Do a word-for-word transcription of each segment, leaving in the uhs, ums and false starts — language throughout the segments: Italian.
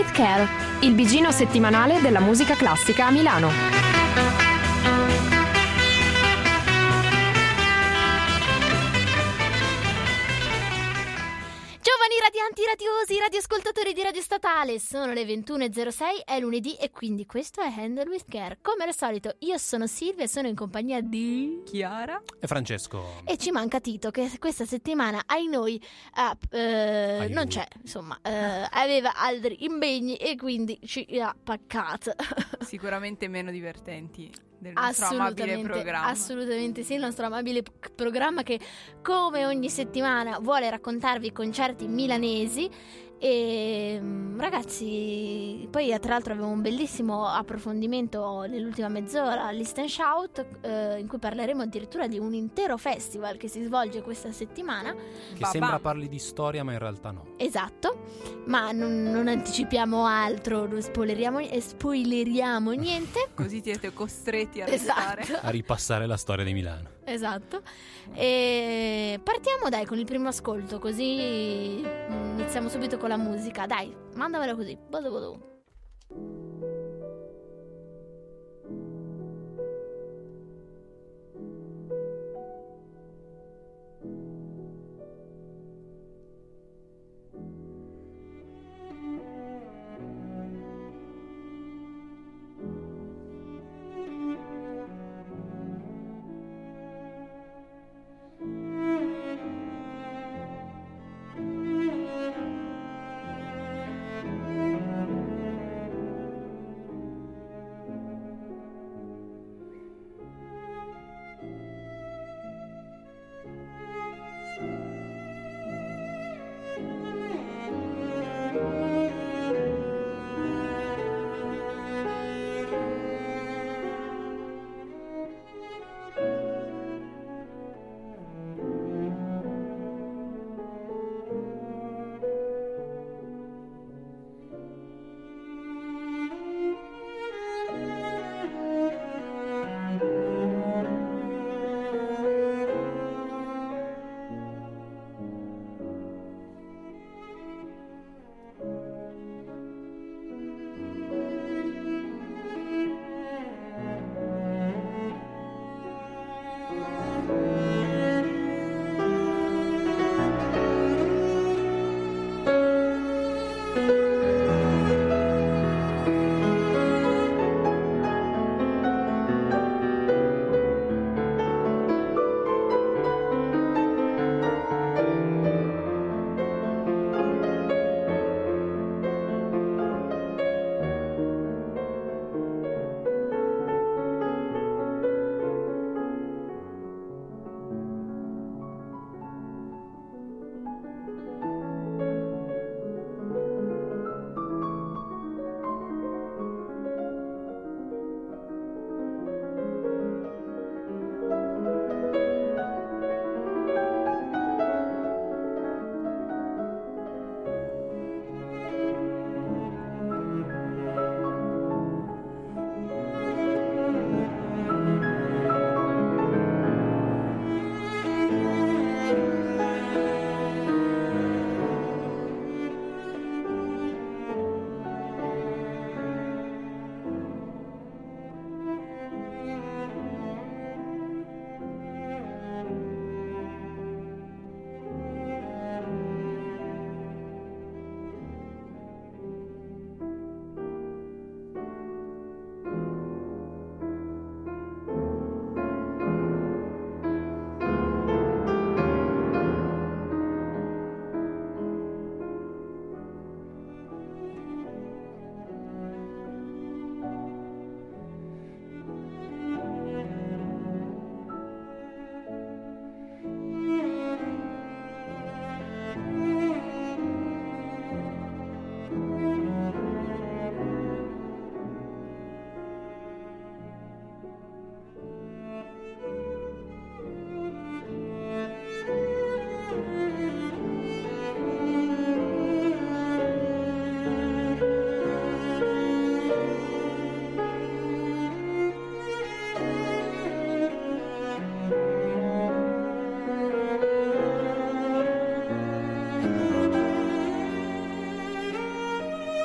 with Care, il bigino settimanale della musica classica a Milano. Giovani radianti, radiosi, radioascoltatori di Radio Statale, sono le ventuno e zero sei, è lunedì e quindi questo è Handle with Care. Come al solito io sono Silvia e sono in compagnia di Chiara e Francesco. E ci manca Tito che questa settimana ai noi ah, eh, non c'è, insomma, eh, aveva altri impegni e quindi ci ha paccato. Sicuramente meno divertenti del nostro amabile programma. Assolutamente sì, il nostro amabile p- programma che come ogni settimana vuole raccontarvi i concerti milanesi. E ragazzi, poi tra l'altro avevo un bellissimo approfondimento nell'ultima mezz'ora List and Shout, eh, in cui parleremo addirittura di un intero festival che si svolge questa settimana, che Babà. sembra parli di storia ma in realtà no. Esatto, ma non, non anticipiamo altro, non spoileriamo, eh, spoileriamo niente. Così siete costretti a Esatto. restare A ripassare la storia di Milano. Esatto. E partiamo dai con il primo ascolto, così iniziamo subito con la musica. Dai, mandamela così. Bodo bodo.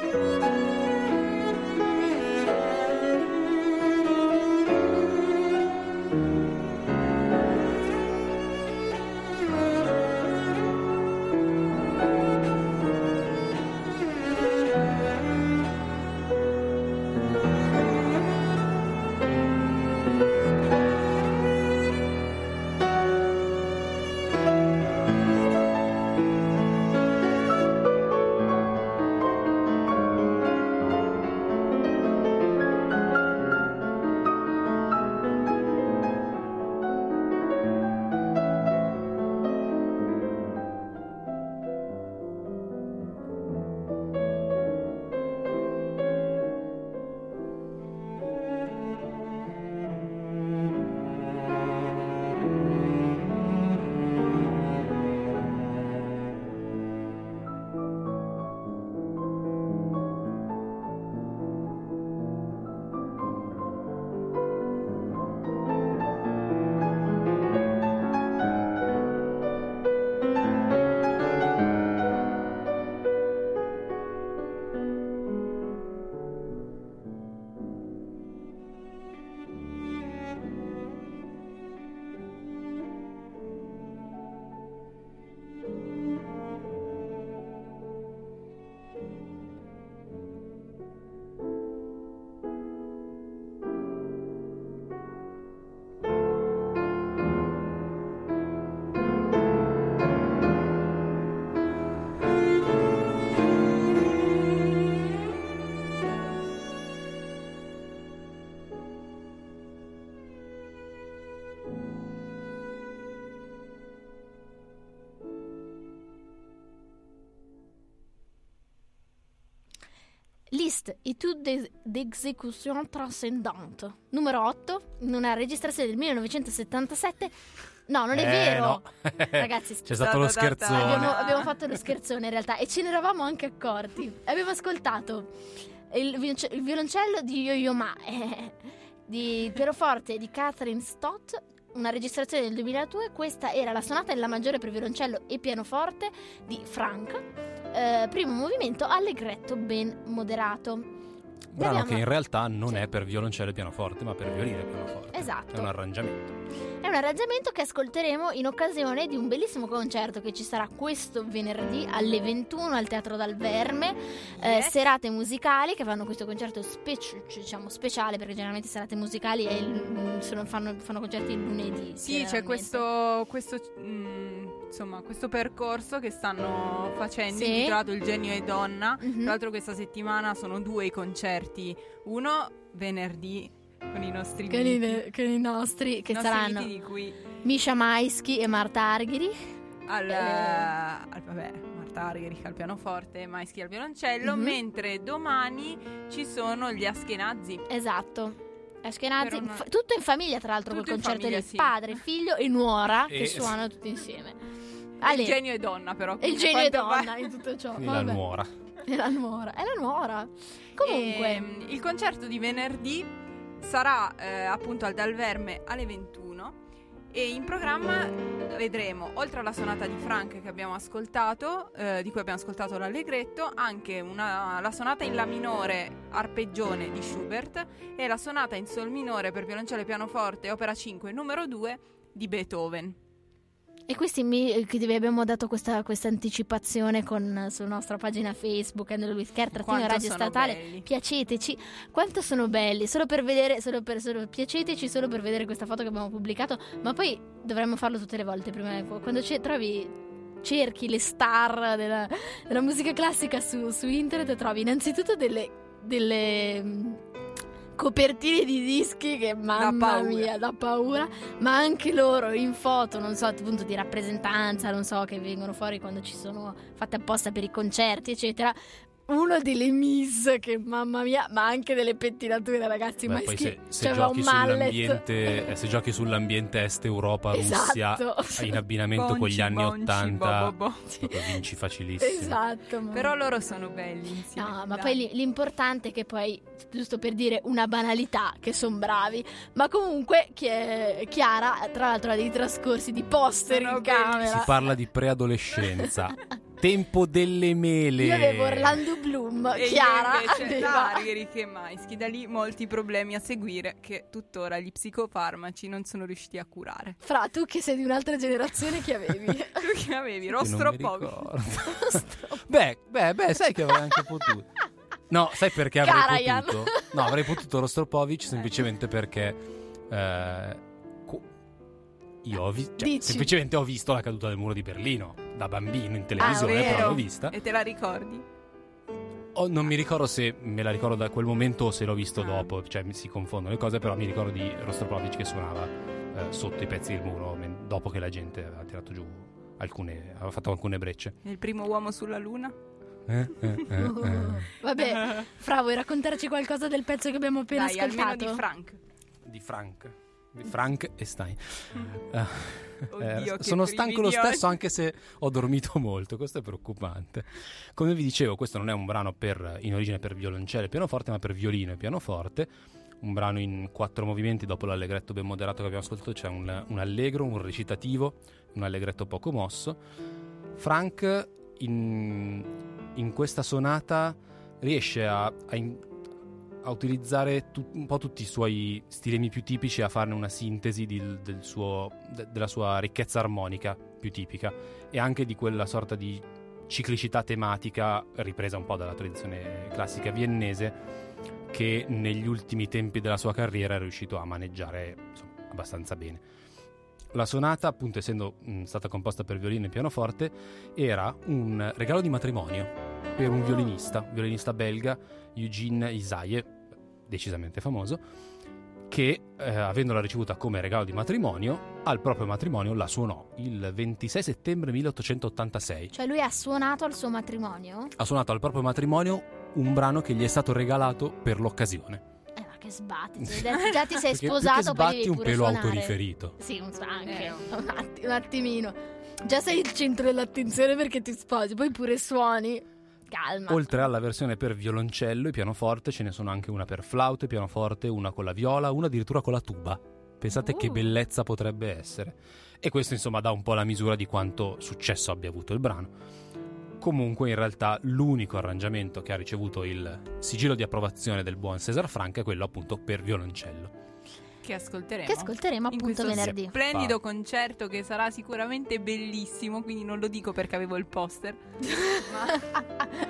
Liszt, Étude d'exécution transcendante, numero otto, in una registrazione del millenovecentosettantasette. No, non è Eh, vero. no. Ragazzi, C'è stato lo scherzone. abbiamo, abbiamo fatto lo scherzone in realtà e ce ne eravamo anche accorti. Abbiamo ascoltato il, violonce- il violoncello di Yo-Yo Ma, eh, di pianoforte di Catherine Stott, una registrazione del duemiladue. Questa era la sonata in La maggiore per violoncello e pianoforte di Franck, eh, primo movimento allegretto ben moderato. Brano Abbiamo- che in realtà non Sì. è per violoncello e pianoforte, ma per violino e pianoforte. Esatto. È un arrangiamento. È un arrangiamento che ascolteremo in occasione di un bellissimo concerto che ci sarà questo venerdì alle ventuno al Teatro Dal Verme. Eh, Yes. serate musicali che fanno questo concerto speci- diciamo speciale, perché generalmente serate musicali è il- sono- fanno, fanno concerti il lunedì. Sì, c'è generalmente. questo, questo, mh, insomma, questo percorso che stanno facendo, Sì. intitolato Il genio è donna. Mhm. Tra l'altro questa settimana sono due i concerti. Uno venerdì con i nostri Con miti, i, con i nostri che i nostri saranno miti di cui Misha Maisky e Marta Argheri. al, Eh. al vabbè, Marta Argerich al pianoforte e Maisky al violoncello, Mhm. mentre domani ci sono gli Ashkenazi. Esatto. Ashkenazi, Per una- fa- tutto in famiglia tra l'altro, Tutto col in concerto famiglia, di sì. padre, figlio e nuora E- che suonano tutti insieme. E Ale, il genio è donna, però. e il per genio è quanto va- donna in tutto ciò. Quindi la Vabbè. nuora. È la nuora, è la nuora. Comunque, Ehm, il concerto di venerdì sarà eh, appunto al Dal Verme alle ventuno e in programma vedremo, oltre alla sonata di Franck che abbiamo ascoltato, eh, di cui abbiamo ascoltato l'allegretto, anche una, la sonata in La minore arpeggione di Schubert e la sonata in Sol minore per violoncello e pianoforte opera cinque numero due di Beethoven. e questi mi, che vi abbiamo dato questa, questa anticipazione con, sulla nostra pagina Facebook Andrea Luis Kerr trattino Quanto Radio sono Statale. belli. Piaceteci, quanto sono belli, solo per vedere, solo per, solo, piaceteci solo per vedere questa foto che abbiamo pubblicato, ma poi dovremmo farlo tutte le volte prima, quando ci trovi, cerchi le star della, della musica classica su, su internet, trovi innanzitutto delle, delle mm, copertine di dischi che mamma paura. mia da paura, ma anche loro in foto, non so, appunto di rappresentanza, non so, che vengono fuori quando ci sono fatte apposta per i concerti eccetera. Uno delle miss che mamma mia, ma anche delle pettinature, ragazzi, Beh, ma poi schi- se, se c'aveva giochi un mallet. sull'ambiente eh, se giochi sull'ambiente est Europa, Russia Esatto. in abbinamento con gli Bonci, anni bonci, ottanta, bo, bo, bo. proprio vinci facilissimo. Esatto, ma- Però loro sono belli insieme. No, ma dai. poi li- l'importante è che poi, giusto per dire una banalità, che sono bravi, ma comunque chi è- Chiara, tra l'altro, ha dei trascorsi di poster Sono in camera. Si parla di preadolescenza. Tempo delle mele. Io avevo Orlando Bloom, E Chiara io invece aveva... Targheri e Maischi. Da lì molti problemi a seguire che tuttora gli psicofarmaci non sono riusciti a curare. Fra, tu che sei di un'altra generazione, che avevi? Tu che avevi? Che non mi Rostropovich. ricordo. beh, beh, beh, sai che avrei anche potuto. No, sai perché avrei Karajan. potuto? No, avrei potuto Rostropovich semplicemente perché eh, co- io ho visto, cioè, Dici. semplicemente ho visto la caduta del muro di Berlino da bambino in Ah, televisione, però vero? l'ho vista. E te la ricordi? Oh, non mi ricordo se me la ricordo da quel momento o se l'ho visto Ah. dopo, cioè mi si confondono le cose, però mi ricordo di Rostropovich che suonava eh, sotto i pezzi del muro men- dopo che la gente aveva tirato giù alcune, aveva fatto alcune brecce. È il primo uomo sulla luna? Eh, eh, eh, eh. Vabbè, Fra, vuoi raccontarci qualcosa del pezzo che abbiamo appena Dai, almeno ascoltato? di Frank. Di Frank, di Frank e Stein. Eh, Oddio, eh, che sono stanco lo brividi stesso oggi. anche se ho dormito molto, questo è preoccupante. Come vi dicevo, questo non è un brano per, in origine per violoncello e pianoforte, ma per violino e pianoforte. Un brano in quattro movimenti. Dopo l'allegretto ben moderato che abbiamo ascoltato c'è un, un allegro, un recitativo, un allegretto poco mosso. Frank in, in questa sonata riesce a, a, in- a utilizzare tu- un po' tutti i suoi stilemi più tipici e a farne una sintesi di- del suo, de- della sua ricchezza armonica più tipica e anche di quella sorta di ciclicità tematica ripresa un po' dalla tradizione classica viennese che negli ultimi tempi della sua carriera è riuscito a maneggiare, insomma, abbastanza bene. La sonata, appunto, essendo mh, stata composta per violino e pianoforte, era un regalo di matrimonio per un violinista, violinista belga, Eugene Isaie, decisamente famoso, che eh, avendola ricevuta come regalo di matrimonio, al proprio matrimonio la suonò il ventisei settembre milleottocentottantasei. Cioè lui ha suonato al suo matrimonio? Ha suonato al proprio matrimonio un brano che gli è stato regalato per l'occasione. Eh, ma che sbatti, cioè, già già ti sei Perché sposato, più che poi sbatti devi un pure pelo suonare. autoriferito. Sì, un, anche, Eh. un, atti- un attimino. Già sei il centro dell'attenzione perché ti sposi, poi pure suoni. Calma. Oltre alla versione per violoncello e pianoforte ce ne sono anche una per flauto e pianoforte, una con la viola, una addirittura con la tuba. Pensate che Uh. bellezza potrebbe essere. E questo insomma dà un po' la misura di quanto successo abbia avuto il brano. Comunque in realtà l'unico arrangiamento che ha ricevuto il sigillo di approvazione del buon César Franck è quello appunto per violoncello. Che ascolteremo. Che ascolteremo in appunto questo venerdì. splendido concerto che sarà sicuramente bellissimo, quindi non lo dico perché avevo il poster, ma,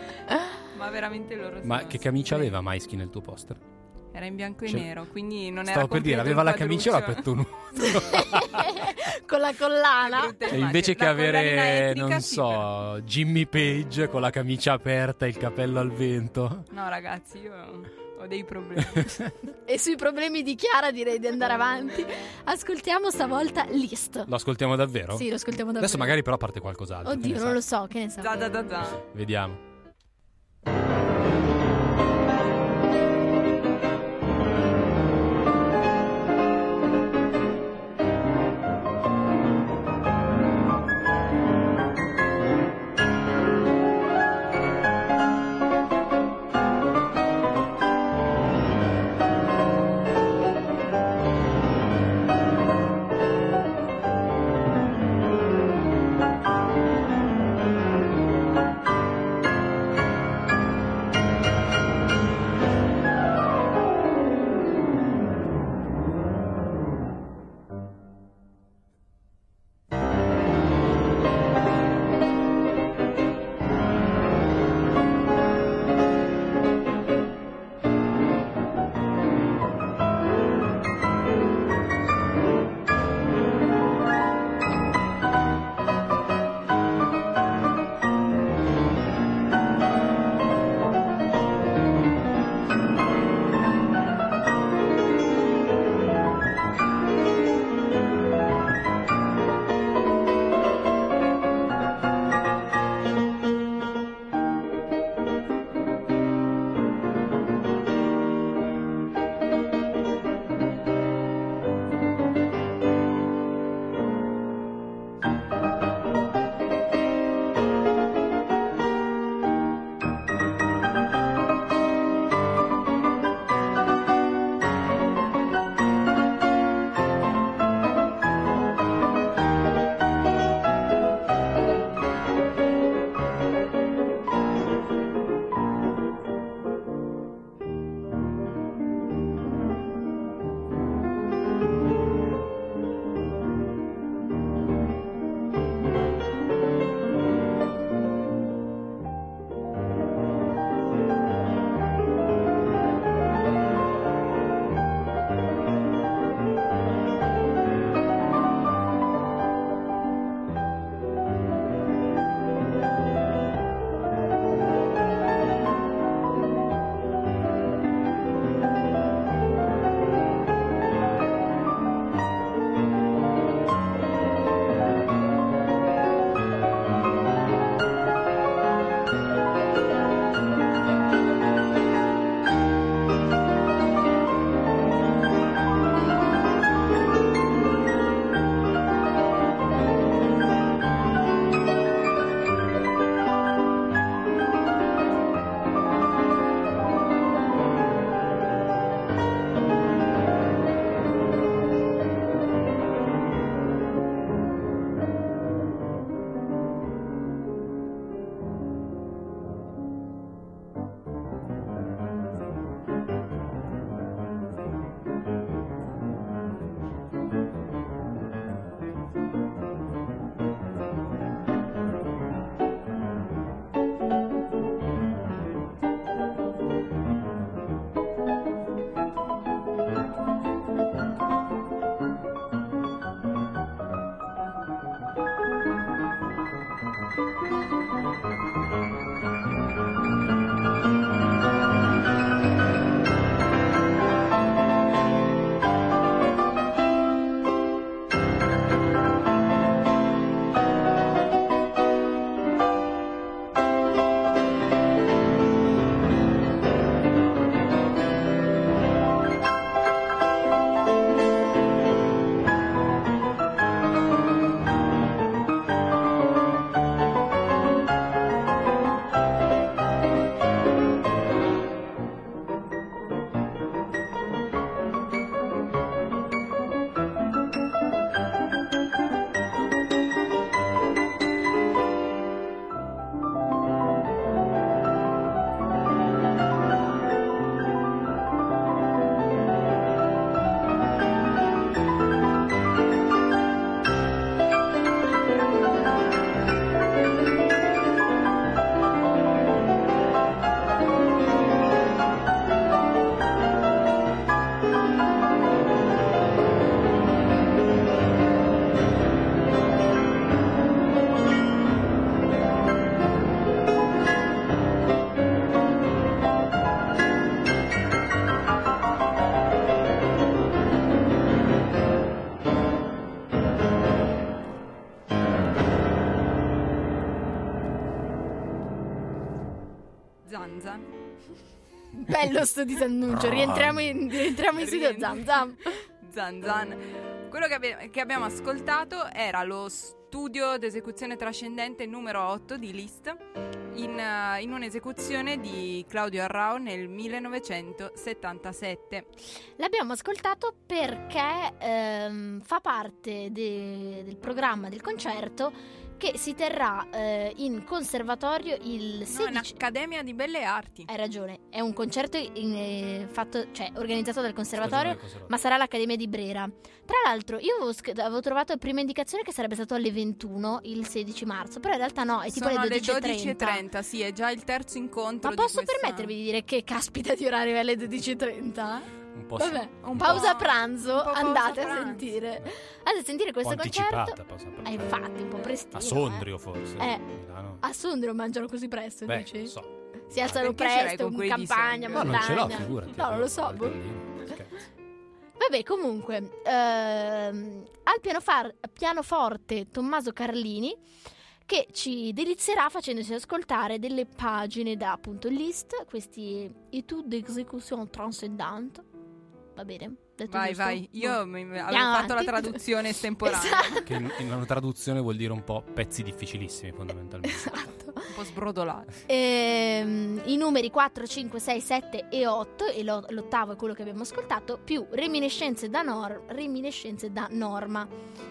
ma veramente loro Ma sono che camicia splendidi. aveva Maisky nel tuo poster? Era in bianco e Cioè, nero, quindi non Stavo era per dire, completo aveva la il camicia o la quadruccio. petto nudo? Con la collana. Brutta Cioè, immagine. invece che La avere, collanina etnica, non sì, so, però. Jimmy Page con la camicia aperta e il capello al vento. No ragazzi, io ho dei problemi. E sui problemi di Chiara direi di andare avanti. Ascoltiamo stavolta Liszt. Lo ascoltiamo davvero? Sì, lo ascoltiamo davvero. Adesso magari però parte qualcos'altro. che Oddio, ne non sai? lo so, che ne so. Da da da da. Vediamo. Thank Zan Zan. Bello sto disannuncio, rientriamo in, rientriamo in studio. Zan Zan. Zan Zan. Quello che, abbi- che abbiamo ascoltato era lo studio d'esecuzione trascendente numero otto di Liszt in, uh, in un'esecuzione di Claudio Arrau nel millenovecentosettantasette. L'abbiamo ascoltato perché ehm, fa parte de- del programma del concerto che si terrà eh, in conservatorio il No, sedici... in Accademia di Belle Arti. Hai ragione, è un concerto in, eh, fatto, cioè, organizzato dal conservatorio, Stagione del ma sarà all'Accademia di Brera. Tra l'altro, io avevo, sch- avevo trovato la prima indicazione che sarebbe stato alle ventuno, il sedici marzo, però in realtà no, è tipo Sono alle alle dodici e dodici e trenta. trenta, sì, è già il terzo incontro Ma di posso questa- permettermi di dire che caspita di orario è alle dodici e trenta? Un po' sì. Vabbè, Un pausa po'- pranzo, un po' pausa andate a pranzo. sentire. Andate a sentire un po' questo anticipata, concerto. pausa Eh, pranzo. infatti, un po' prestino. A Sondrio forse. Eh. Milano. A Sondrio mangiano così presto, Beh, dici? non so. Si alzano Perché ce l'hai presto, con in quei di campagna, Sondrio? Ma non ce l'ho, montagna. figurati. No, non lo so. Al boh. Gallino, scherzo. Vabbè, comunque, ehm, al pianofar- pianoforte Tommaso Carlini, che ci delizierà facendoci ascoltare delle pagine da appunto Liszt, questi Etude d'exécution transcendante. Va bene? Detto Vai, giusto? vai. Io Boh. mi- avevo Andiamo fatto la avanti. traduzione estemporanea. Esatto. Che in, in una traduzione vuol dire un po' pezzi difficilissimi, fondamentalmente. Esatto. Un po' sbrodolato. Ehm, I numeri quattro, cinque, sei, sette e otto, e lo- l'ottavo è quello che abbiamo ascoltato, più reminiscenze da, nor- reminiscenze da Norma.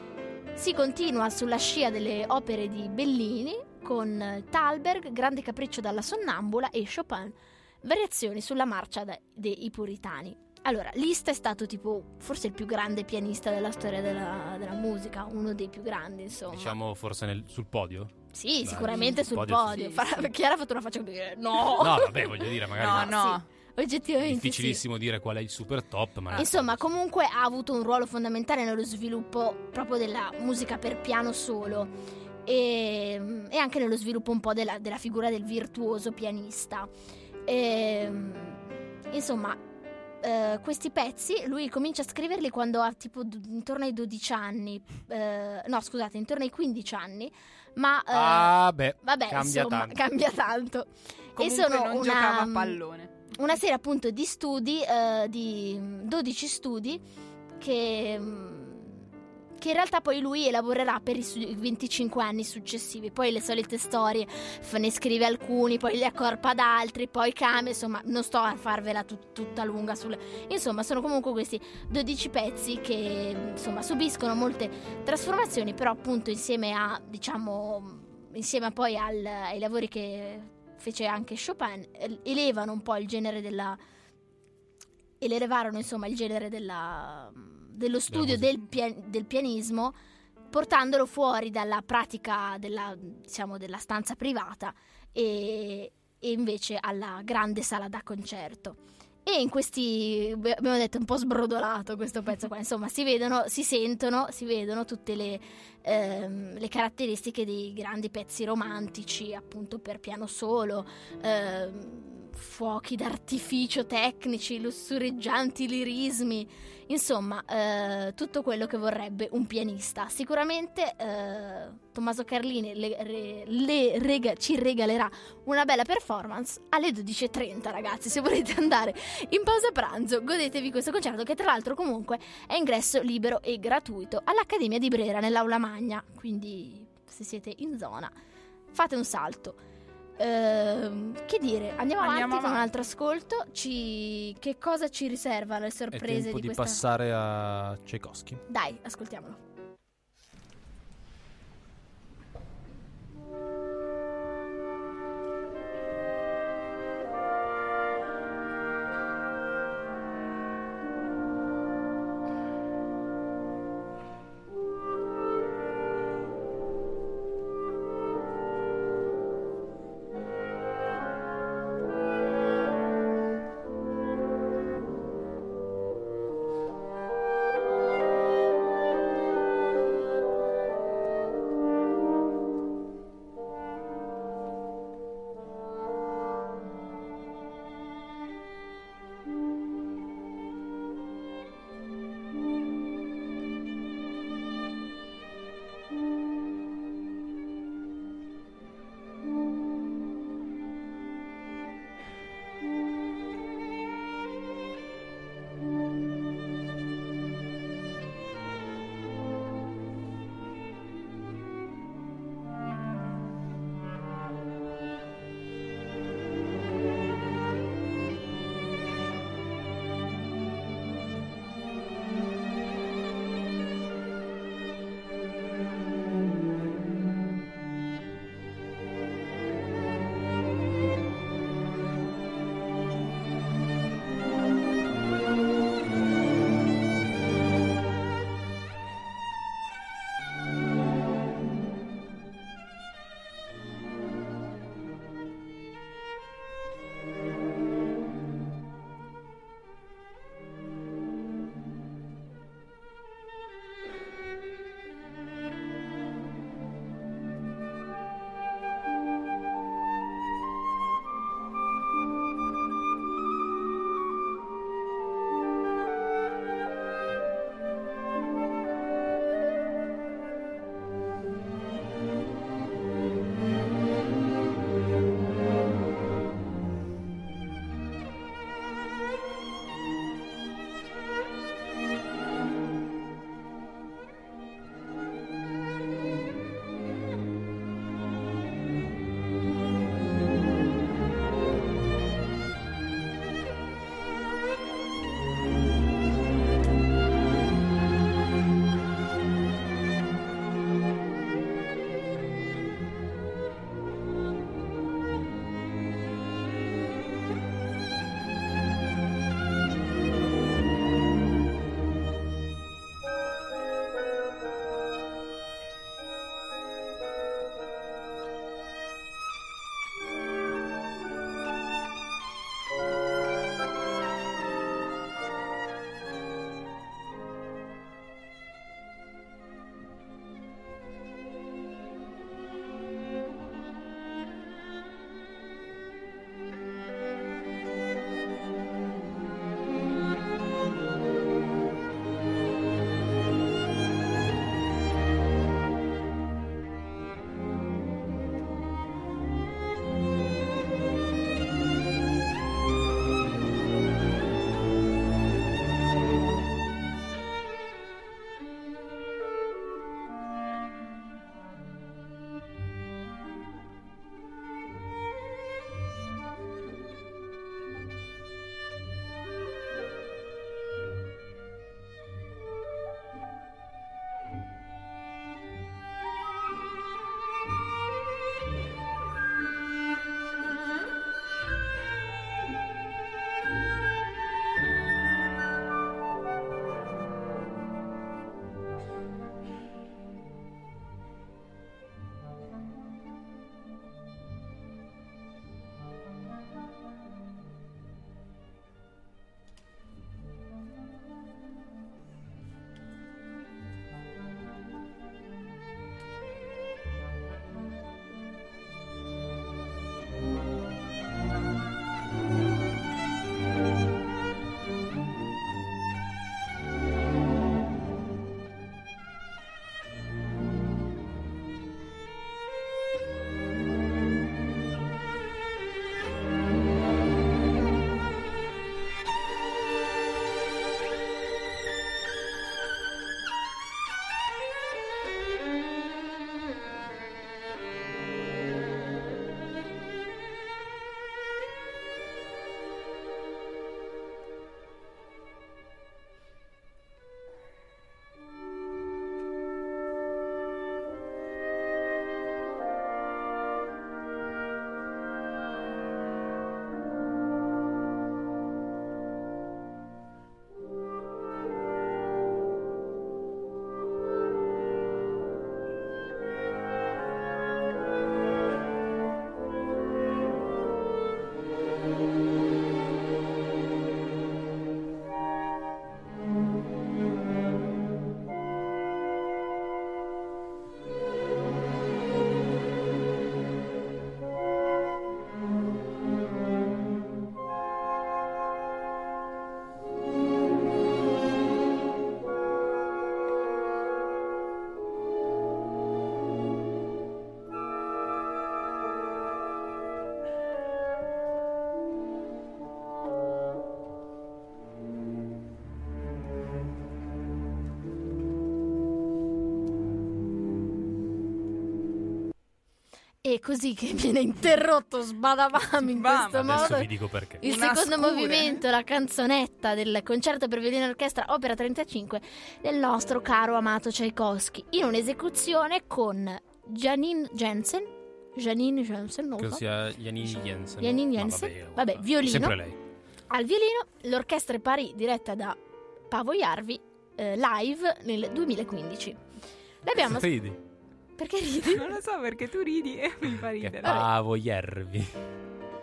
Si continua sulla scia delle opere di Bellini con Thalberg, Grande capriccio dalla sonnambula, e Chopin, variazioni sulla marcia de- dei puritani. Allora, Liszt è stato tipo forse il più grande pianista della storia della, della musica, uno dei più grandi, insomma. Diciamo forse nel- sul podio? Sì, Dai, sicuramente sul sul podio, podio. sì, Fa- sì. Chiara ha fatto una faccia come dire no. No, vabbè, voglio dire, magari No, no. Sì, oggettivamente sì. difficilissimo dire qual è il super top, ma Insomma, comunque ha avuto un ruolo fondamentale nello sviluppo proprio della musica per piano solo e, e anche nello sviluppo un po' della, della figura del virtuoso pianista. E, insomma, eh, questi pezzi lui comincia a scriverli quando ha tipo d- intorno ai dodici anni, eh, no scusate, intorno ai quindici anni, ma eh, Ah, beh, vabbè, cambia insomma, tanto. cambia tanto. Comunque e sono non una, giocava a pallone. una serie appunto di studi, eh, di dodici studi che, mm, che in realtà poi lui elaborerà per i su- i venticinque anni successivi. Poi le solite storie, f- ne scrive alcuni, poi li accorpa ad altri, poi cambia, insomma non sto a farvela tut- tutta lunga sulle... Insomma sono comunque questi dodici pezzi che insomma subiscono molte trasformazioni, però appunto insieme a, diciamo, insieme a poi al- ai lavori che fece anche Chopin, eh, elevano un po' il genere della elevarono insomma il genere della, dello studio musica. del, pia- del pianismo, portandolo fuori dalla pratica della, diciamo, della stanza privata e, e invece alla grande sala da concerto. E in questi, beh, abbiamo detto, un po' sbrodolato questo pezzo qua, insomma si vedono, si sentono, si vedono tutte le, ehm, le caratteristiche dei grandi pezzi romantici, appunto per piano solo, ehm, fuochi d'artificio tecnici, lussureggianti lirismi, insomma eh, tutto quello che vorrebbe un pianista. Sicuramente eh, Tommaso Carlini le, re, le rega, ci regalerà una bella performance alle dodici e trenta, ragazzi. Se volete andare in pausa pranzo, godetevi questo concerto, che tra l'altro comunque è ingresso libero e gratuito all'Accademia di Brera nell'Aula Magna, quindi se siete in zona fate un salto. Ehm, che dire, andiamo, Andiamo avanti con un avanti. altro ascolto. Ci... Che cosa ci riserva le È sorprese tempo di di questa... passare a Tchaikovsky. Dai, ascoltiamolo. Thank E così che viene interrotto sbadavamo in Bam. questo Adesso modo. vi dico perché. Il Una secondo scure. movimento, la canzonetta del concerto per violino e orchestra opera trentacinque del nostro caro amato Tchaikovsky, in un'esecuzione con Janine Jensen, Janine Jensen, non Che so, sia Janine Jensen. Janine Ma Jensen, vabbè, vabbè, violino. Sempre lei. Al violino, l'orchestra Paris diretta da Pavo Jarvi, eh, live nel duemilaquindici. L'abbiamo Ridi. Perché ridi? Non lo so perché tu ridi e mi fa Che ridere. Pavo Jarvi.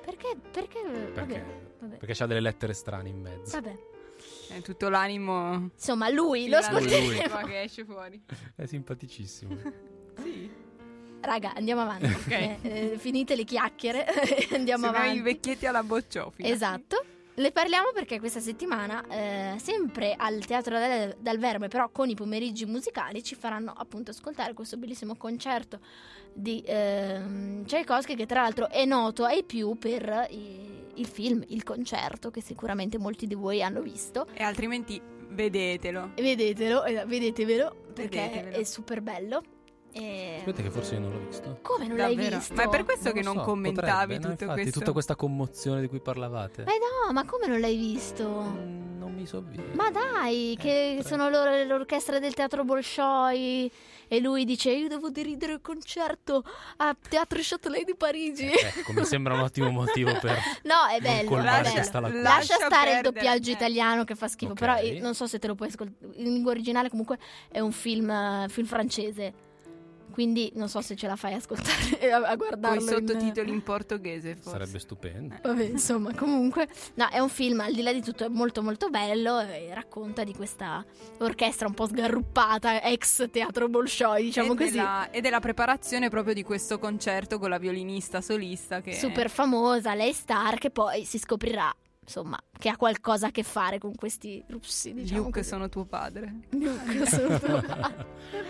Perché? Perché? Perché, Vabbè, vabbè. perché c'ha delle lettere strane in mezzo. Vabbè. È tutto l'animo. Insomma, lui lo ascolteremo. Lui. Qua che esce fuori. È simpaticissimo. Sì. Raga, andiamo avanti. Ok. Eh, eh, finite le chiacchiere, andiamo Sembrano avanti. i vecchietti alla bocciofila. Esatto. Ne parliamo perché questa settimana, eh, sempre al Teatro dal, dal Verme, però con i pomeriggi musicali, ci faranno appunto ascoltare questo bellissimo concerto di ehm, Tchaikovsky, che tra l'altro è noto ai più per i, il film Il Concerto, che sicuramente molti di voi hanno visto. E altrimenti vedetelo. Vedetelo, eh, vedetevelo, perché Vedetevelo. è super bello. E... Aspetta che forse io non l'ho visto. Come non l'hai Davvero? visto? Ma è per questo che lo non so, commentavi potrebbe, no? tutto Infatti, questo. tutta questa commozione di cui parlavate. Ma no, ma come non l'hai visto? Mm, non mi sovviene. Ma dai, che tre. sono loro l'orchestra del Teatro Bolshoi e lui dice io devo diridere il concerto a Teatro Châtelet di Parigi. Ecco, mi sembra un ottimo motivo per No, è non bello, è colmare bello. questa lacuna. Lascia Lascia stare il perdere, doppiaggio eh. italiano che fa schifo, Ok. però io non so se te lo puoi ascoltare. In lingua originale comunque è un film, eh, film francese. Quindi non so se ce la fai a ascoltare a, a Con guardarlo i in- sottotitoli in portoghese, forse. Sarebbe stupendo. Vabbè, insomma, comunque, no, è un film al di là di tutto è molto molto bello e racconta di questa orchestra un po' sgarruppata, ex Teatro Bolshoi, diciamo e così. Della, e della preparazione proprio di questo concerto con la violinista solista che Super famosa, lei star, che poi si scoprirà, insomma, che ha qualcosa a che fare con questi russi, diciamo Luke così. sono tuo padre. Luke sono tuo padre.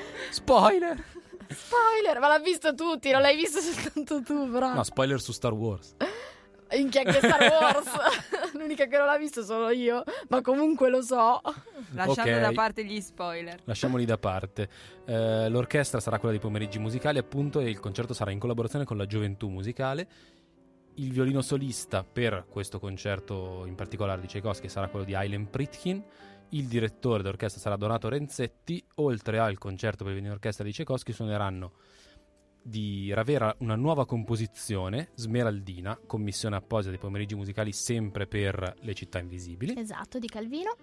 Spoiler! Spoiler, ma l'ha visto tutti, non l'hai visto soltanto tu, però. No, spoiler su Star Wars. Minchia, che Star Wars. L'unica che non l'ha visto sono io, ma comunque lo so. Lasciando Ok. da parte gli spoiler. Lasciamoli da parte. Eh, l'orchestra sarà quella dei pomeriggi musicali, appunto, e il concerto sarà in collaborazione con la Gioventù Musicale. Il violino solista per questo concerto in particolare di Tchaikovsky sarà quello di Aylin Pritkin. Il direttore d'orchestra sarà Donato Renzetti. Oltre al concerto per violino orchestra di Tchaikovsky suoneranno di Ravera una nuova composizione, Smeraldina, commissione apposita dei pomeriggi musicali sempre per le città invisibili, Esatto, di Calvino.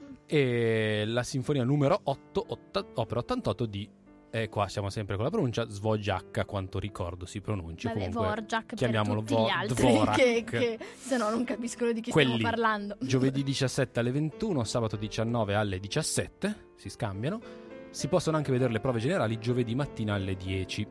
e la sinfonia numero otto, otta- opera ottantotto di, e qua siamo sempre con la pronuncia, Dvořák, quanto ricordo si pronunci. Vabbè, comunque Dvořák per chiamiamolo tutti Vo- gli altri Dvorak. che, che se no non capiscono di chi Quelli. stiamo parlando. Giovedì diciassette alle ventuno, sabato diciannove alle diciassette, si scambiano. Si possono anche vedere le prove generali giovedì mattina alle dieci.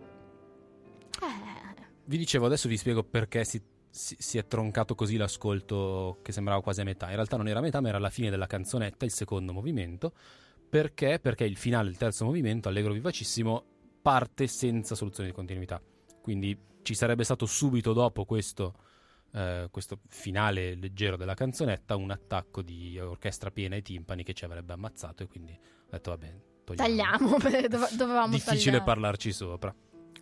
Eh, Vi dicevo, adesso vi spiego perché si, si, si è troncato così l'ascolto, che sembrava quasi a metà. In realtà non era a metà, ma era alla fine della canzonetta, il secondo movimento. Perché? Perché il finale, il terzo movimento, allegro vivacissimo, parte senza soluzione di continuità. Quindi ci sarebbe stato subito dopo questo, eh, questo finale leggero della canzonetta un attacco di orchestra piena ai timpani che ci avrebbe ammazzato, e quindi ho detto vabbè, togliamo. tagliamo, perché dove- dovevamo Difficile tagliare. parlarci sopra.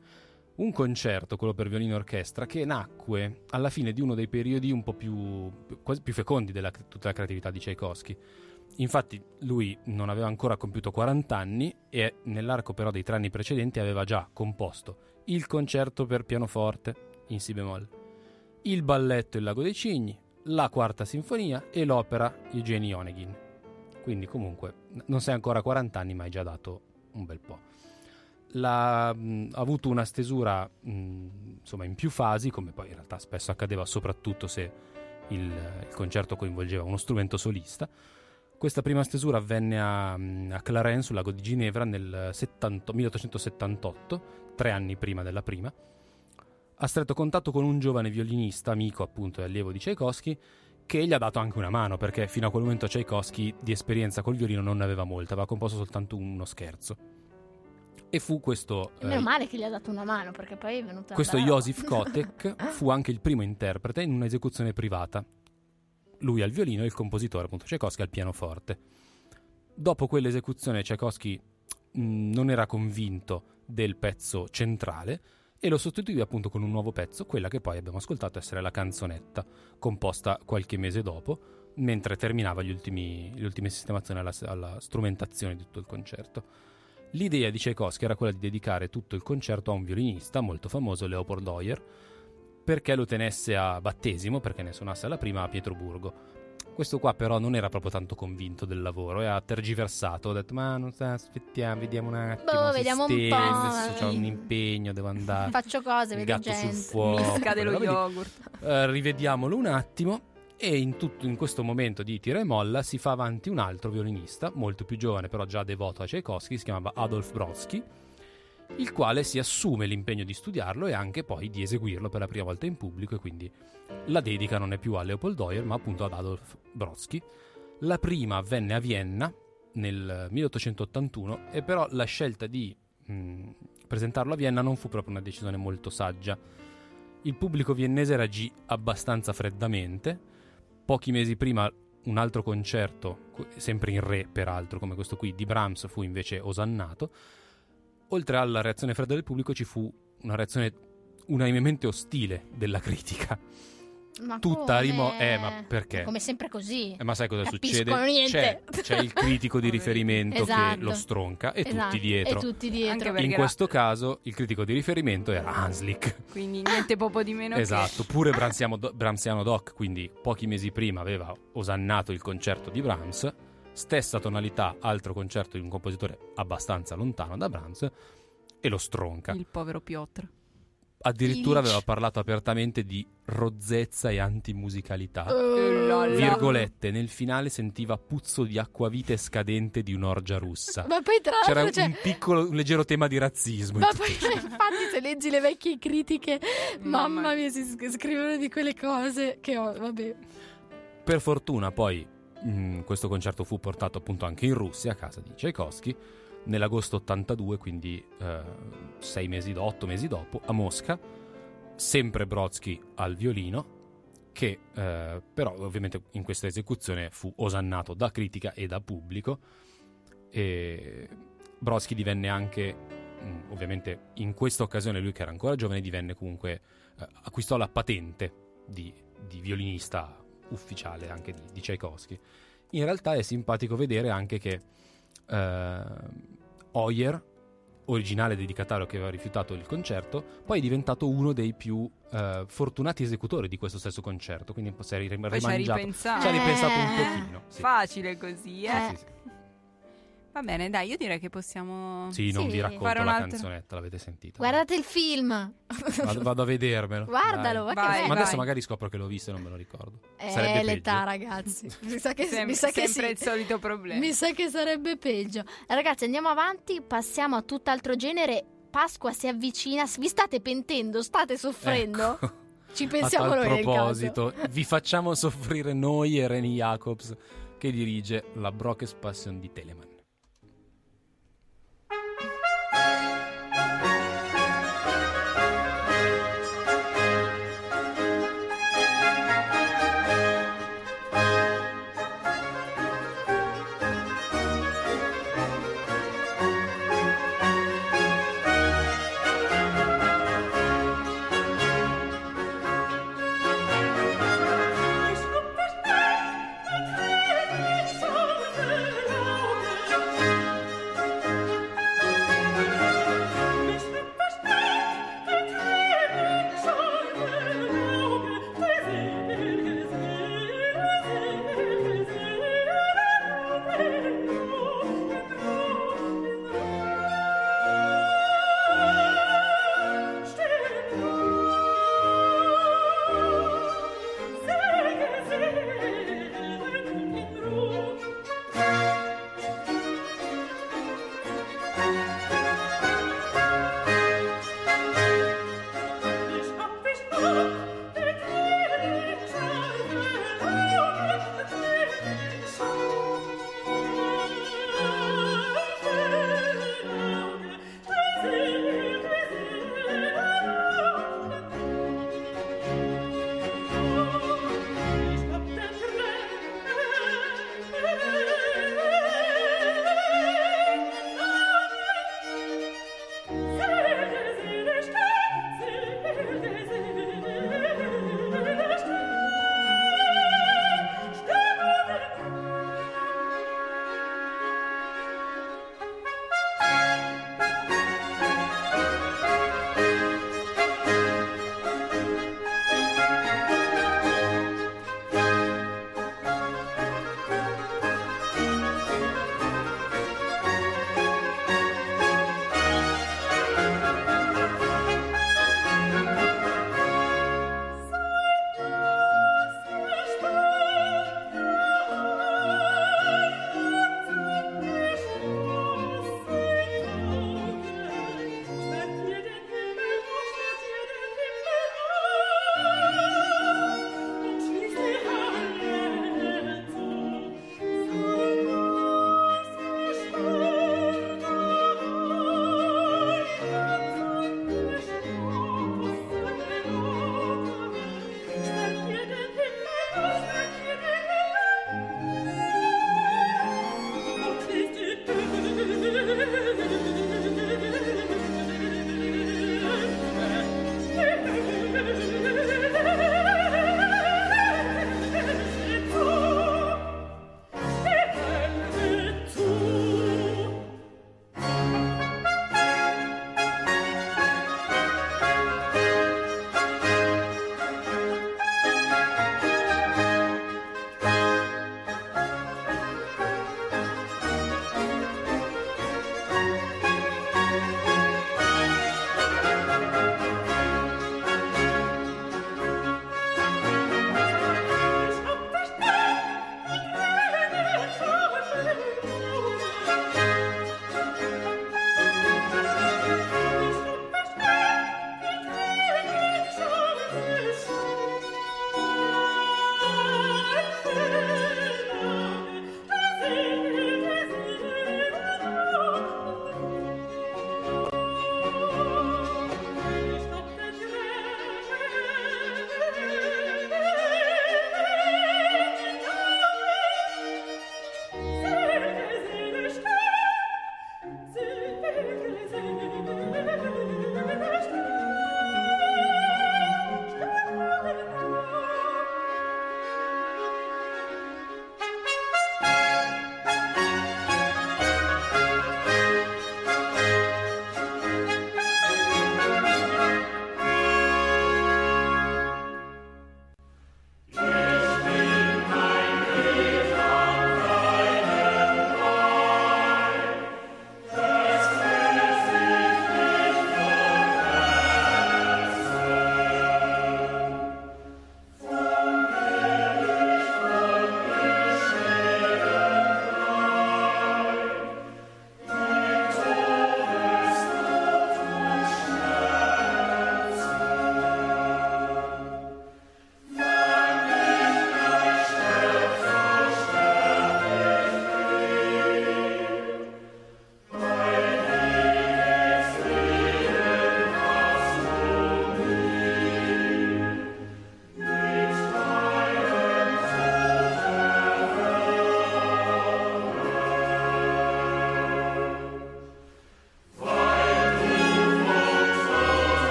Un concerto, quello per violino e orchestra, che nacque alla fine di uno dei periodi un po' più, quasi più fecondi della tutta la creatività di Tchaikovsky. Infatti lui non aveva ancora compiuto quaranta anni e nell'arco però dei tre anni precedenti aveva già composto il concerto per pianoforte in si bemolle, il balletto Il lago dei cigni, la quarta sinfonia e l'opera Eugeni Onegin. Quindi comunque non sei ancora a quaranta anni, ma hai già dato un bel po'. L'ha, mh, ha avuto una stesura mh, insomma in più fasi, come poi in realtà spesso accadeva, soprattutto se il, il concerto coinvolgeva uno strumento solista. Questa prima stesura avvenne a, a Clarens, sul lago di Ginevra, nel settanta milleottocentosettantotto, tre anni prima della prima. Ha stretto contatto con un giovane violinista, amico appunto e allievo di Tchaikovsky, che gli ha dato anche una mano, perché fino a quel momento Tchaikovsky di esperienza col violino non ne aveva molta, aveva composto soltanto uno scherzo. E fu questo... E meno eh, male che gli ha dato una mano, perché poi è venuto questo Josif Kotek fu anche il primo interprete in un'esecuzione privata. Lui al violino e il compositore, appunto Tchaikovsky, al pianoforte. Dopo quell'esecuzione Tchaikovsky mh, non era convinto del pezzo centrale e lo sostituì appunto con un nuovo pezzo, quella che poi abbiamo ascoltato essere la canzonetta, composta qualche mese dopo, mentre terminava gli ultimi, le ultime sistemazioni alla, alla strumentazione di tutto il concerto. L'idea di Tchaikovsky era quella di dedicare tutto il concerto a un violinista molto famoso, Leopold Euler, perché lo tenesse a battesimo, perché ne suonasse alla prima a Pietroburgo. Questo qua però non era proprio tanto convinto del lavoro e ha tergiversato, ha detto ma non sta, aspettiamo, vediamo un attimo, Boh, vediamo un sistema, po', adesso c'ho eh. un impegno, devo andare, Faccio cose, il vedo gatto gente. sul fuoco, Mi scade lo quella roba lì. yogurt. Eh, rivediamolo un attimo. E in, tutto, in questo momento di tira e molla si fa avanti un altro violinista, molto più giovane però già devoto a Tchaikovsky, si chiamava Adolf Brodsky, il quale si assume l'impegno di studiarlo e anche poi di eseguirlo per la prima volta in pubblico, e quindi la dedica non è più a Leopold Euler ma appunto ad Adolf Brodsky. La prima avvenne a Vienna nel milleottocentottantuno, e però la scelta di mh, presentarlo a Vienna non fu proprio una decisione molto saggia. Il pubblico viennese reagì abbastanza freddamente. Pochi mesi prima un altro concerto, sempre in re peraltro come questo qui, di Brahms fu invece osannato. Oltre alla reazione fredda del pubblico ci fu una reazione unanimemente ostile della critica. Ma Tutta come? rimo... Eh, ma perché? Come sempre così. Eh, ma sai cosa Capiscono succede? niente. C'è, c'è il critico di riferimento Esatto. che lo stronca e Esatto. tutti dietro. E tutti dietro. Anche perché In era- questo caso il critico di riferimento era Hanslick. Quindi niente poco di meno Esatto, pure Brahmsiano, Do- Brahmsiano Doc, quindi pochi mesi prima aveva osannato il concerto di Brahms, stessa tonalità, altro concerto di un compositore abbastanza lontano da Brahms, e lo stronca. che il povero Piotr. Addirittura Illich. aveva parlato apertamente di rozzezza e antimusicalità. Oh, Virgolette, nel finale sentiva puzzo di acquavite scadente di un'orgia russa. Ma poi tra C'era l'altro un cioè, piccolo, un leggero tema di razzismo. in ma tutto poi ciò. infatti se leggi le vecchie critiche, mamma, Mamma mia, si sc- scrivono di quelle cose che ho, vabbè. Per fortuna poi mh, questo concerto fu portato appunto anche in Russia, a casa di Tchaikovsky, nell'agosto ottantadue, quindi eh, sei mesi, do- otto mesi dopo, a Mosca, sempre Brodsky al violino, che eh, però ovviamente in questa esecuzione fu osannato da critica e da pubblico. E Brodsky divenne anche, mh, ovviamente in questa occasione lui che era ancora giovane divenne comunque, eh, acquistò la patente di, di violinista ufficiale anche di, di Tchaikovsky. In realtà è simpatico vedere anche che eh, Euler, originale dedicatario che aveva rifiutato il concerto, poi è diventato uno dei più eh, fortunati esecutori di questo stesso concerto, quindi si è rim- Poi ci hai rimangiato, ripensato. ci ha ripensato un Eh. pochino. Sì. Facile così, eh. Sì, sì, sì. Va bene, dai, io direi che possiamo... Sì, non Sì. vi racconto Fare la un'altra- canzonetta, l'avete sentita. Guardate il film. Vado, vado a vedermelo. Guardalo, dai. ma Vai, che bello. Ma adesso vai. magari scopro che l'ho visto e non me lo ricordo. Eh, Sarebbe l'età, peggio. ragazzi. Mi sa che, Sem- mi sa che sempre sì. il solito problema. Mi sa che sarebbe peggio. Ragazzi, andiamo avanti, passiamo a tutt'altro genere. Pasqua si avvicina, vi state pentendo, state soffrendo? Ecco. Ci pensiamo A tal noi nel proposito, vi facciamo soffrire noi e Reni Jacobs, che dirige la Brockes Passion di Telemann. Ich hab verstanden, mit Tränen in Sorge,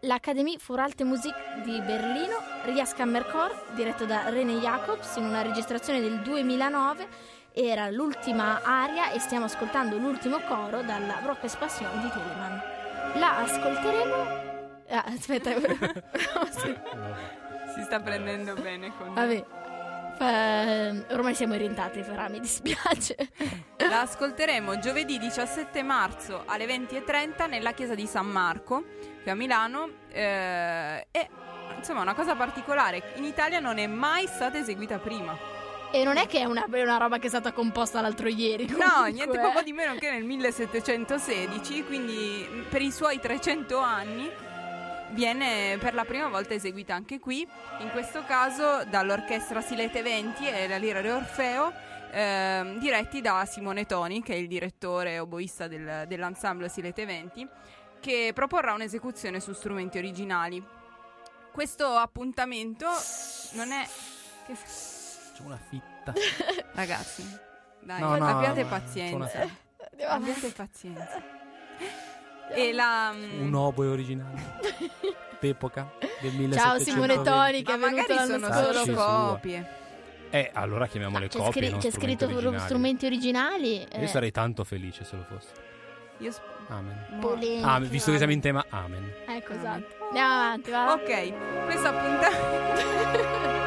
l'Académie für Alte Musik di Berlino, Rias Kammerchor, diretto da René Jacobs, in una registrazione del duemilanove. Era l'ultima aria e stiamo ascoltando l'ultimo coro dalla Brockes Passion di Telemann. La ascolteremo. Ah, aspetta, si sta prendendo bene con Vabbè. Uh, ormai siamo orientati, però mi dispiace. La ascolteremo giovedì diciassette marzo alle venti e trenta nella chiesa di San Marco, qui a Milano. Eh, e insomma, una cosa particolare: in Italia non è mai stata eseguita prima. E non è che è una, è una roba che è stata composta l'altro ieri. No, comunque. niente poco di meno che nel millesettecentosedici, quindi per i suoi trecento anni. Viene per la prima volta eseguita anche qui, in questo caso dall'orchestra Silete venti e la Lira di Orfeo, eh, diretti da Simone Toni, che è il direttore oboista del, dell'ensemble Silete venti, che proporrà un'esecuzione su strumenti originali. Questo appuntamento non è... Che... C'è una fitta. Ragazzi, dai, no, no, abbiate no, pazienza. Una... Abbiate pazienza. E la... Un oboe originale d'epoca del millesettecento. Ciao Simone Toni, che Ma è venuto magari l'anno sono scorso. solo copie. Eh, allora chiamiamole C'è, copie, scri- non c'è strumenti scritto originali. strumenti originali. Io eh. sarei tanto felice se lo fosse. Io sp- Amen. no. Polemica. Ah, visto che siamo in tema, amen. Ecco, esatto. Andiamo avanti, va. Ok, questa puntata...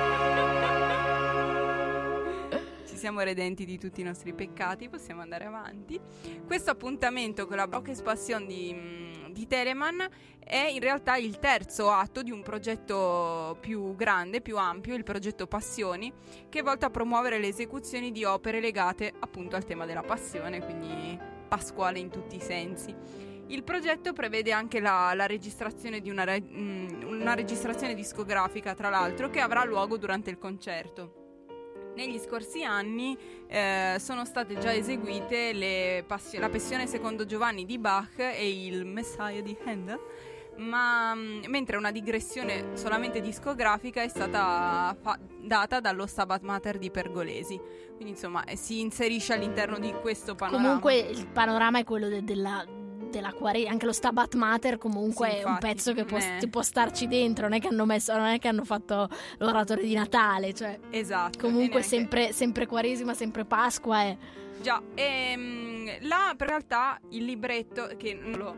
Ci siamo redenti di tutti i nostri peccati, possiamo andare avanti. Questo appuntamento con la Brockes Passion di, di Telemann è in realtà il terzo atto di un progetto più grande, più ampio, il progetto Passioni, che è volto a promuovere le esecuzioni di opere legate appunto al tema della passione, quindi pasquale in tutti i sensi. Il progetto prevede anche la, la registrazione di una, mh, una registrazione discografica, tra l'altro, che avrà luogo durante il concerto. Negli scorsi anni eh, sono state già eseguite le passio- la Passione secondo Giovanni di Bach e il Messiah di Handel, ma mh, mentre una digressione solamente discografica è stata fa- data dallo Stabat Mater di Pergolesi. Quindi insomma eh, si inserisce all'interno di questo panorama. Comunque il panorama è quello de- della... della quaresima, anche lo Stabat Mater comunque Sì, è un infatti, pezzo che può, eh. ti può starci dentro, non è che hanno messo, non è che hanno fatto l'oratorio di Natale, cioè Esatto. comunque e neanche- sempre, sempre quaresima, sempre Pasqua è... Già, ehm, là per realtà il libretto che non lo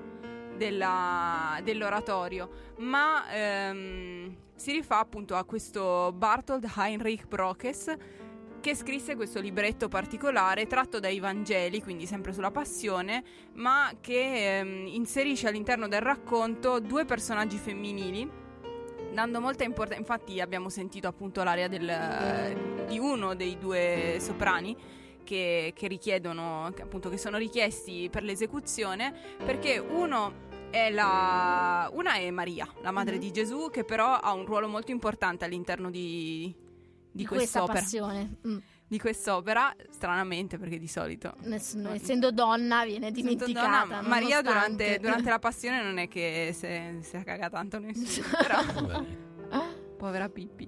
della, dell'oratorio, ma ehm, si rifà appunto a questo Barthold Heinrich Brockes, che scrisse questo libretto particolare tratto dai Vangeli, quindi sempre sulla passione, ma che ehm, inserisce all'interno del racconto due personaggi femminili, dando molta importanza. Infatti abbiamo sentito appunto l'aria del, di uno dei due soprani che, che richiedono, che appunto che sono richiesti per l'esecuzione, perché uno è la una è Maria, la madre Mm-hmm. di Gesù, che però ha un ruolo molto importante all'interno di Di, di questa quest'opera. passione. Mm. Di quest'opera, stranamente, perché di solito Ness- essendo donna viene dimenticata. Donna, ma Maria nonostante. durante, durante la passione non è che se, se caga tanto nessuno, però povera Pippi.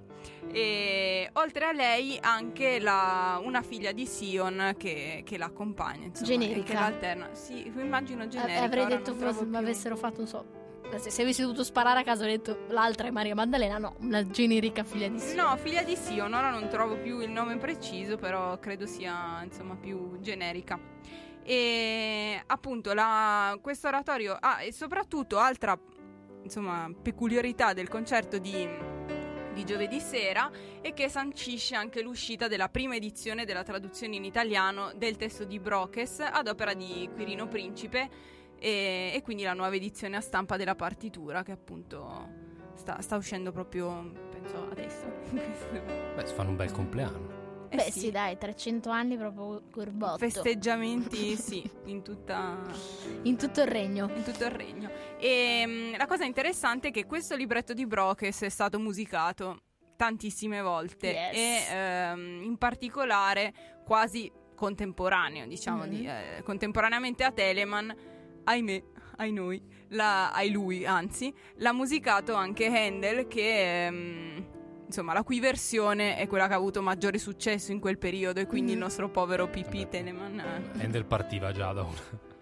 E oltre a lei anche la, una figlia di Sion che, che l'accompagna, insomma, Generica. e che l'alterna. Sì, immagino Eh, generica. avrei ora detto non trovo forse, più. ma avessero fatto un so. Se, se avessi dovuto sparare a caso avrei detto l'altra è Maria Maddalena, no, una generica figlia di Sion. No, figlia di Sion, ora non trovo più il nome preciso, però credo sia insomma più generica. E appunto la, questo oratorio ah, e soprattutto altra insomma peculiarità del concerto di, di giovedì sera è che sancisce anche l'uscita della prima edizione della traduzione in italiano del testo di Brockes ad opera di Quirino Principe, e, e quindi la nuova edizione a stampa della partitura che appunto sta, sta uscendo proprio penso adesso. Beh, si fanno un bel compleanno. Eh Beh sì. dai, trecento anni proprio gorbotto. Festeggiamenti sì, in tutta In tutto il regno. in tutto il regno. E mh, la cosa interessante è che questo libretto di Brockes è stato musicato tantissime volte Yes. e ehm, in particolare quasi contemporaneo, diciamo, Mhm. di, eh, contemporaneamente a Telemann, ahimè, ai noi, la, ai lui anzi, l'ha musicato anche Handel, che ehm, insomma la cui versione è quella che ha avuto maggiore successo in quel periodo, e quindi Mhm. il nostro povero Pippi Telemann eh, Handel partiva già da una,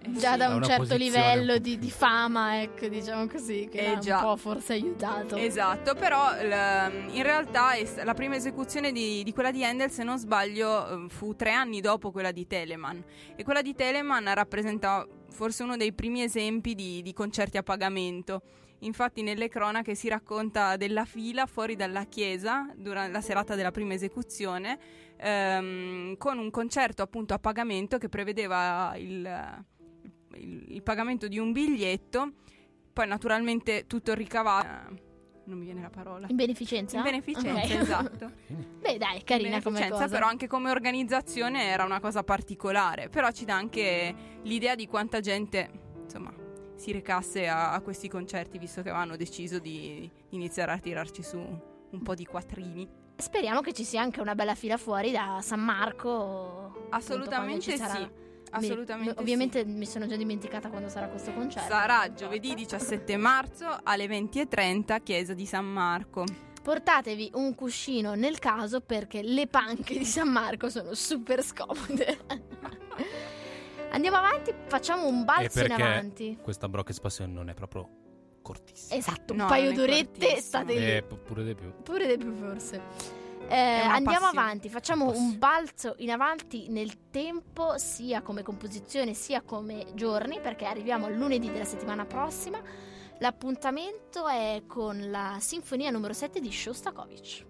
già da Ha un una certo posizione livello un po' di, più- di fama, ecco, diciamo così, che Eh, l'ha già. un po' forse aiutato. Esatto, però l- in realtà è st- la prima esecuzione di, di quella di Handel, se non sbaglio, eh, fu tre anni dopo quella di Telemann, e quella di Telemann rappresenta forse uno dei primi esempi di, di concerti a pagamento. Infatti nelle cronache si racconta della fila fuori dalla chiesa durante la serata della prima esecuzione, ehm, con un concerto appunto a pagamento che prevedeva il, il, il pagamento di un biglietto. Poi naturalmente tutto il ricavato, non mi viene la parola, In beneficenza? in beneficenza, Ok. esatto. Beh dai, carina In come beneficenza, cosa. però anche come organizzazione era una cosa particolare, però ci dà anche l'idea di quanta gente, insomma, si recasse a, a questi concerti, visto che avevano deciso di, di iniziare a tirarci su un po' di quattrini. Speriamo che ci sia anche una bella fila fuori da San Marco. appunto, Assolutamente quando ci sarà. sì. Assolutamente Mi- sì. ovviamente mi sono già dimenticata quando sarà questo concerto. Sarà giovedì diciassette marzo alle venti e trenta, chiesa di San Marco. Portatevi un cuscino nel caso, perché le panche di San Marco sono super scomode. Andiamo avanti, facciamo un E balzo in perché avanti. questa Brockes Passion non è proprio cortissima. Esatto, un No, paio non è d'orette cortissimo. state lì. Eh, pu- pure di più. Pure di più forse. Eh, È una andiamo passione. avanti, facciamo Passione. un balzo in avanti nel tempo, sia come composizione sia come giorni, perché arriviamo al lunedì della settimana prossima. L'appuntamento è con la sinfonia numero sette di Shostakovich.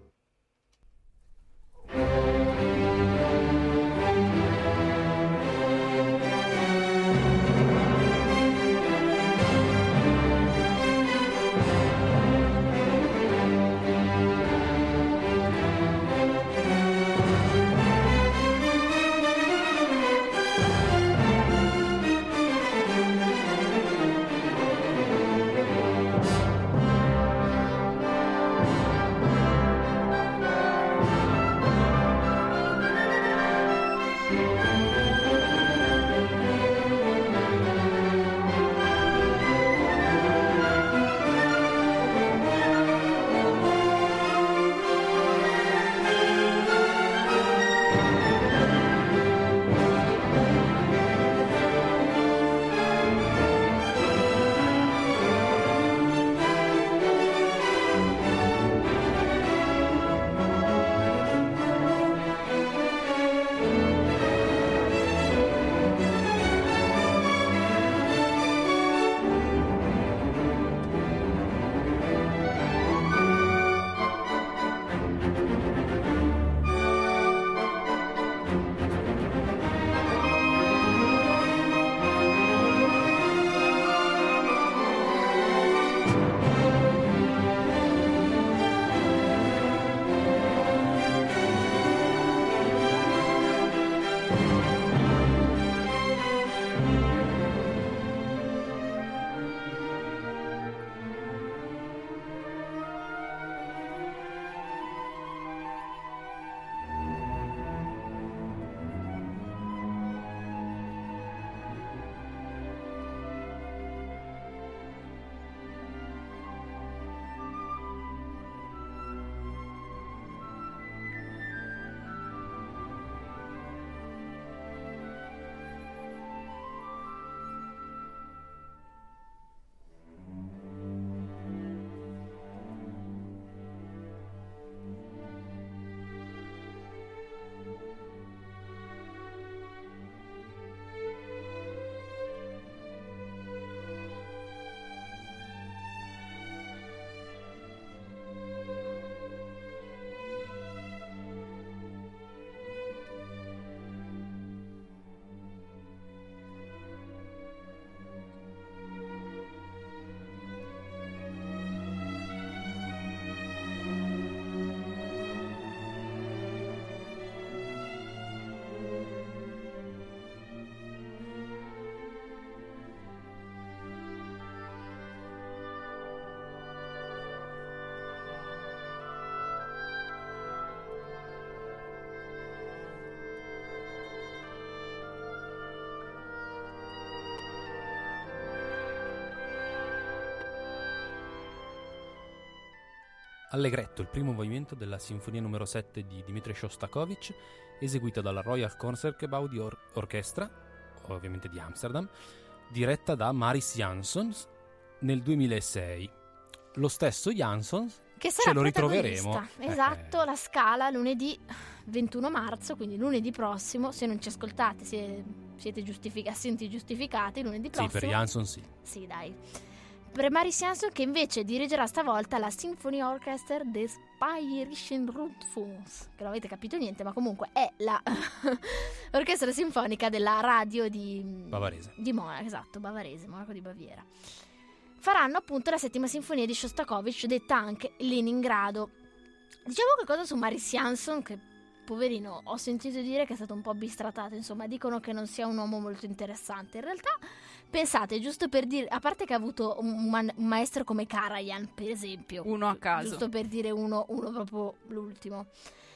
Allegretto, il primo movimento della sinfonia numero sette di Dmitri Shostakovich, eseguita dalla Royal Concertgebouw di Or- Orchestra, ovviamente di Amsterdam, diretta da Maris Jansons nel duemilasei. Lo stesso Jansons, che sarà ce lo ritroveremo. protagonista. Esatto, Eh. La Scala lunedì ventuno marzo, quindi lunedì prossimo, se non ci ascoltate, se siete giustific- assenti giustificati, lunedì Sì, prossimo. per Jansson sì. Sì, dai. Per Maris Jansson, che invece dirigerà stavolta la Symphony Orchestra des Bayerischen Rundfunks, che non avete capito niente, ma comunque è la orchestra sinfonica della radio di Bavarese. di Monaco, esatto, bavarese, Monaco di Baviera. Faranno appunto la settima sinfonia di Shostakovich, detta anche Leningrado. Diciamo qualcosa su Maris Jansson, che poverino, ho sentito dire che è stato un po' bistrattato, insomma, dicono che non sia un uomo molto interessante. In realtà, pensate, giusto per dire, a parte che ha avuto un, man- un maestro come Karajan, per esempio. Uno a caso. Giusto per dire uno, uno proprio l'ultimo.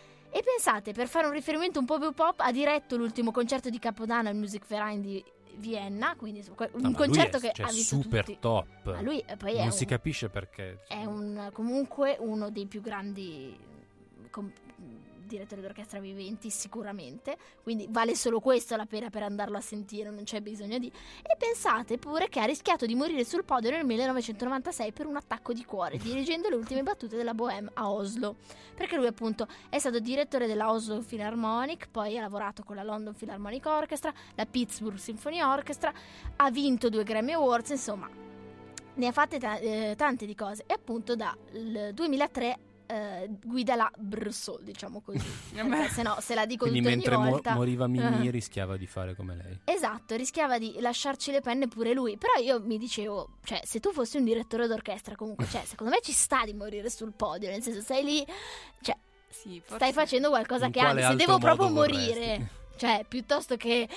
E pensate, per fare un riferimento un po' più pop, ha diretto l'ultimo concerto di Capodanno al Musikverein di Vienna, quindi un No, ma concerto lui è, che cioè, ha visto super tutti. top. Ma lui eh, poi è non un, si capisce perché. è un comunque uno dei più grandi com- direttori d'orchestra viventi, sicuramente, quindi vale solo questo la pena per andarlo a sentire, non c'è bisogno di. E pensate pure che ha rischiato di morire sul podio nel millenovecentonovantasei per un attacco di cuore, dirigendo le ultime battute della Bohème a Oslo, perché lui appunto è stato direttore della Oslo Philharmonic, poi ha lavorato con la London Philharmonic Orchestra, la Pittsburgh Symphony Orchestra, ha vinto due Grammy Awards, insomma ne ha fatte ta- eh, tante di cose, e appunto dal duemilatré Uh, guida la Brsso, diciamo così, perché se no se la dico Quindi tutta mentre ogni mo- volta moriva Mimì Eh. rischiava di fare come lei. Esatto, rischiava di lasciarci le penne pure lui. Però io mi dicevo, cioè, se tu fossi un direttore d'orchestra, comunque, cioè, secondo me ci sta di morire sul podio, nel senso, sei lì, cioè, Sì, forse- stai facendo qualcosa In che quale ami. Se altro devo proprio modo vorresti? morire, cioè, piuttosto che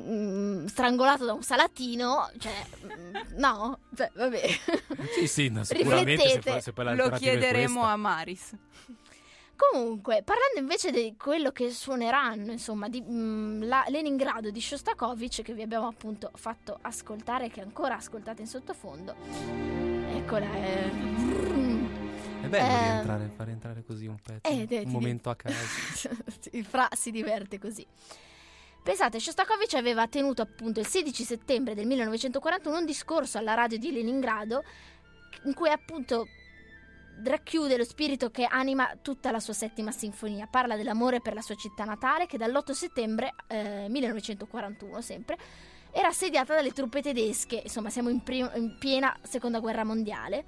mm, strangolato da un salatino, cioè, mm, no, cioè, vabbè. Sì, sì, no, sicuramente se, Riflettete. poi- se poi Lo l'alternativa è chiederemo questa. a Maris. Comunque, parlando invece di quello che suoneranno, insomma, di mm, la Leningrado di Shostakovich, che vi abbiamo appunto fatto ascoltare, che ancora ascoltate in sottofondo. Eccola, eh. È bello Eh, rientrare, far entrare così un pezzo, eh, te- un ti- momento a caso. Il Fra si diverte così. Pensate, Shostakovich aveva tenuto appunto il sedici settembre del millenovecentoquarantuno un discorso alla radio di Leningrado in cui appunto racchiude lo spirito che anima tutta la sua settima sinfonia. Parla dell'amore per la sua città natale, che dall'otto settembre eh, millenovecentoquarantuno sempre era assediata dalle truppe tedesche. Insomma, siamo in, prim- in piena seconda guerra mondiale.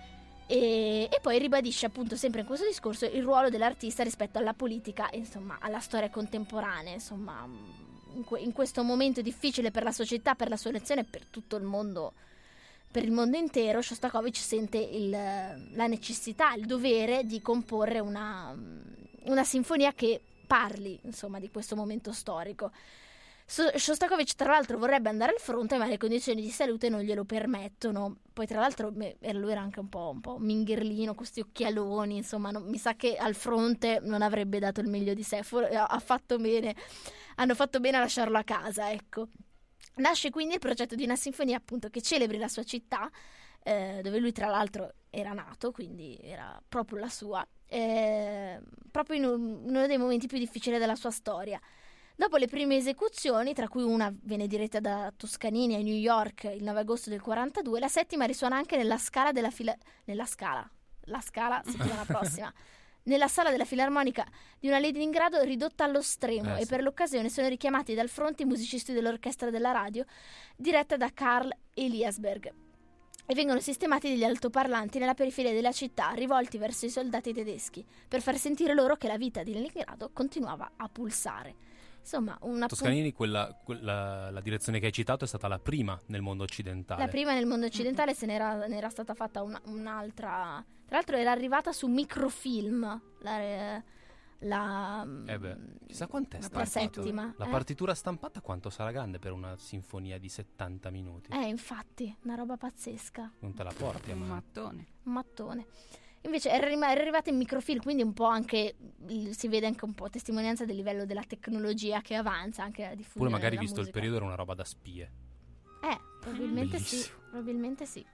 E, e poi ribadisce appunto sempre in questo discorso il ruolo dell'artista rispetto alla politica e insomma alla storia contemporanea. Insomma, in, que- in questo momento difficile per la società, per la sua nazione e per tutto il mondo, per il mondo intero, Shostakovich sente il, la necessità, il dovere di comporre una, una sinfonia che parli, insomma, di questo momento storico. So- Shostakovich tra l'altro vorrebbe andare al fronte, ma le condizioni di salute non glielo permettono. Poi tra l'altro beh, lui era anche un po', un po' mingherlino, con questi occhialoni, insomma, non- mi sa che al fronte non avrebbe dato il meglio di sé. For- ha, ha fatto bene, hanno fatto bene a lasciarlo a casa, ecco. Nasce quindi il progetto di una sinfonia appunto che celebri la sua città, eh, dove lui tra l'altro era nato, quindi era proprio la sua, eh, proprio in, un- in uno dei momenti più difficili della sua storia. Dopo le prime esecuzioni, tra cui una venne diretta da Toscanini a New York il nove agosto del quarantadue, la settima risuona anche nella Scala della fila... nella Scala, la Scala settimana prossima, nella sala della Filarmonica di una Leningrado ridotta allo stremo, Eh, e sì. per l'occasione sono richiamati dal fronte i musicisti dell'orchestra della radio diretta da Karl Eliasberg e vengono sistemati degli altoparlanti nella periferia della città rivolti verso i soldati tedeschi per far sentire loro che la vita di Leningrado continuava a pulsare. Insomma, una Toscanini, quella, quella, la direzione che hai citato è stata la prima nel mondo occidentale. La prima nel mondo occidentale, se n'era, n'era stata fatta una- un'altra. Tra l'altro era arrivata su microfilm. La, la, Eh beh, chissà quant'è la stampato. settima. La eh? partitura stampata quanto sarà grande per una sinfonia di settanta minuti? Eh, infatti, una roba pazzesca. Non te la porti a Un mano. mattone. Un mattone. Invece era, rima- era arrivata in microfilm, quindi un po' anche il- si vede anche un po' testimonianza del livello della tecnologia che avanza, anche la diffusione Pure magari della visto il musica. periodo era una roba da spie. Eh, probabilmente sì, Bellissimo. probabilmente sì.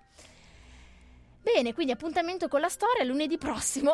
Bene, quindi appuntamento con la storia lunedì prossimo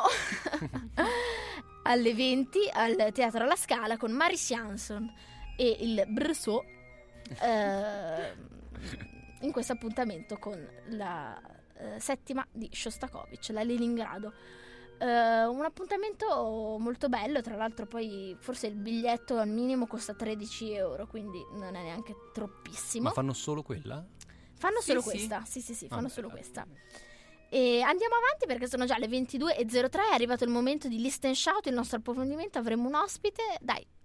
alle venti al Teatro alla Scala con Maris Jansson e il Brsso eh, in questo appuntamento con la eh, settima di Shostakovich, la Leningrado. Eh, un appuntamento molto bello, tra l'altro poi forse il biglietto al minimo costa tredici euro, quindi non è neanche troppissimo. Ma fanno solo quella? Fanno Sì, solo sì. questa, sì sì sì, Ah, fanno beh, solo dai. questa. E andiamo avanti perché sono già le ventidue e zero tre, è arrivato il momento di Listen Shout, il nostro approfondimento, avremo un ospite, dai,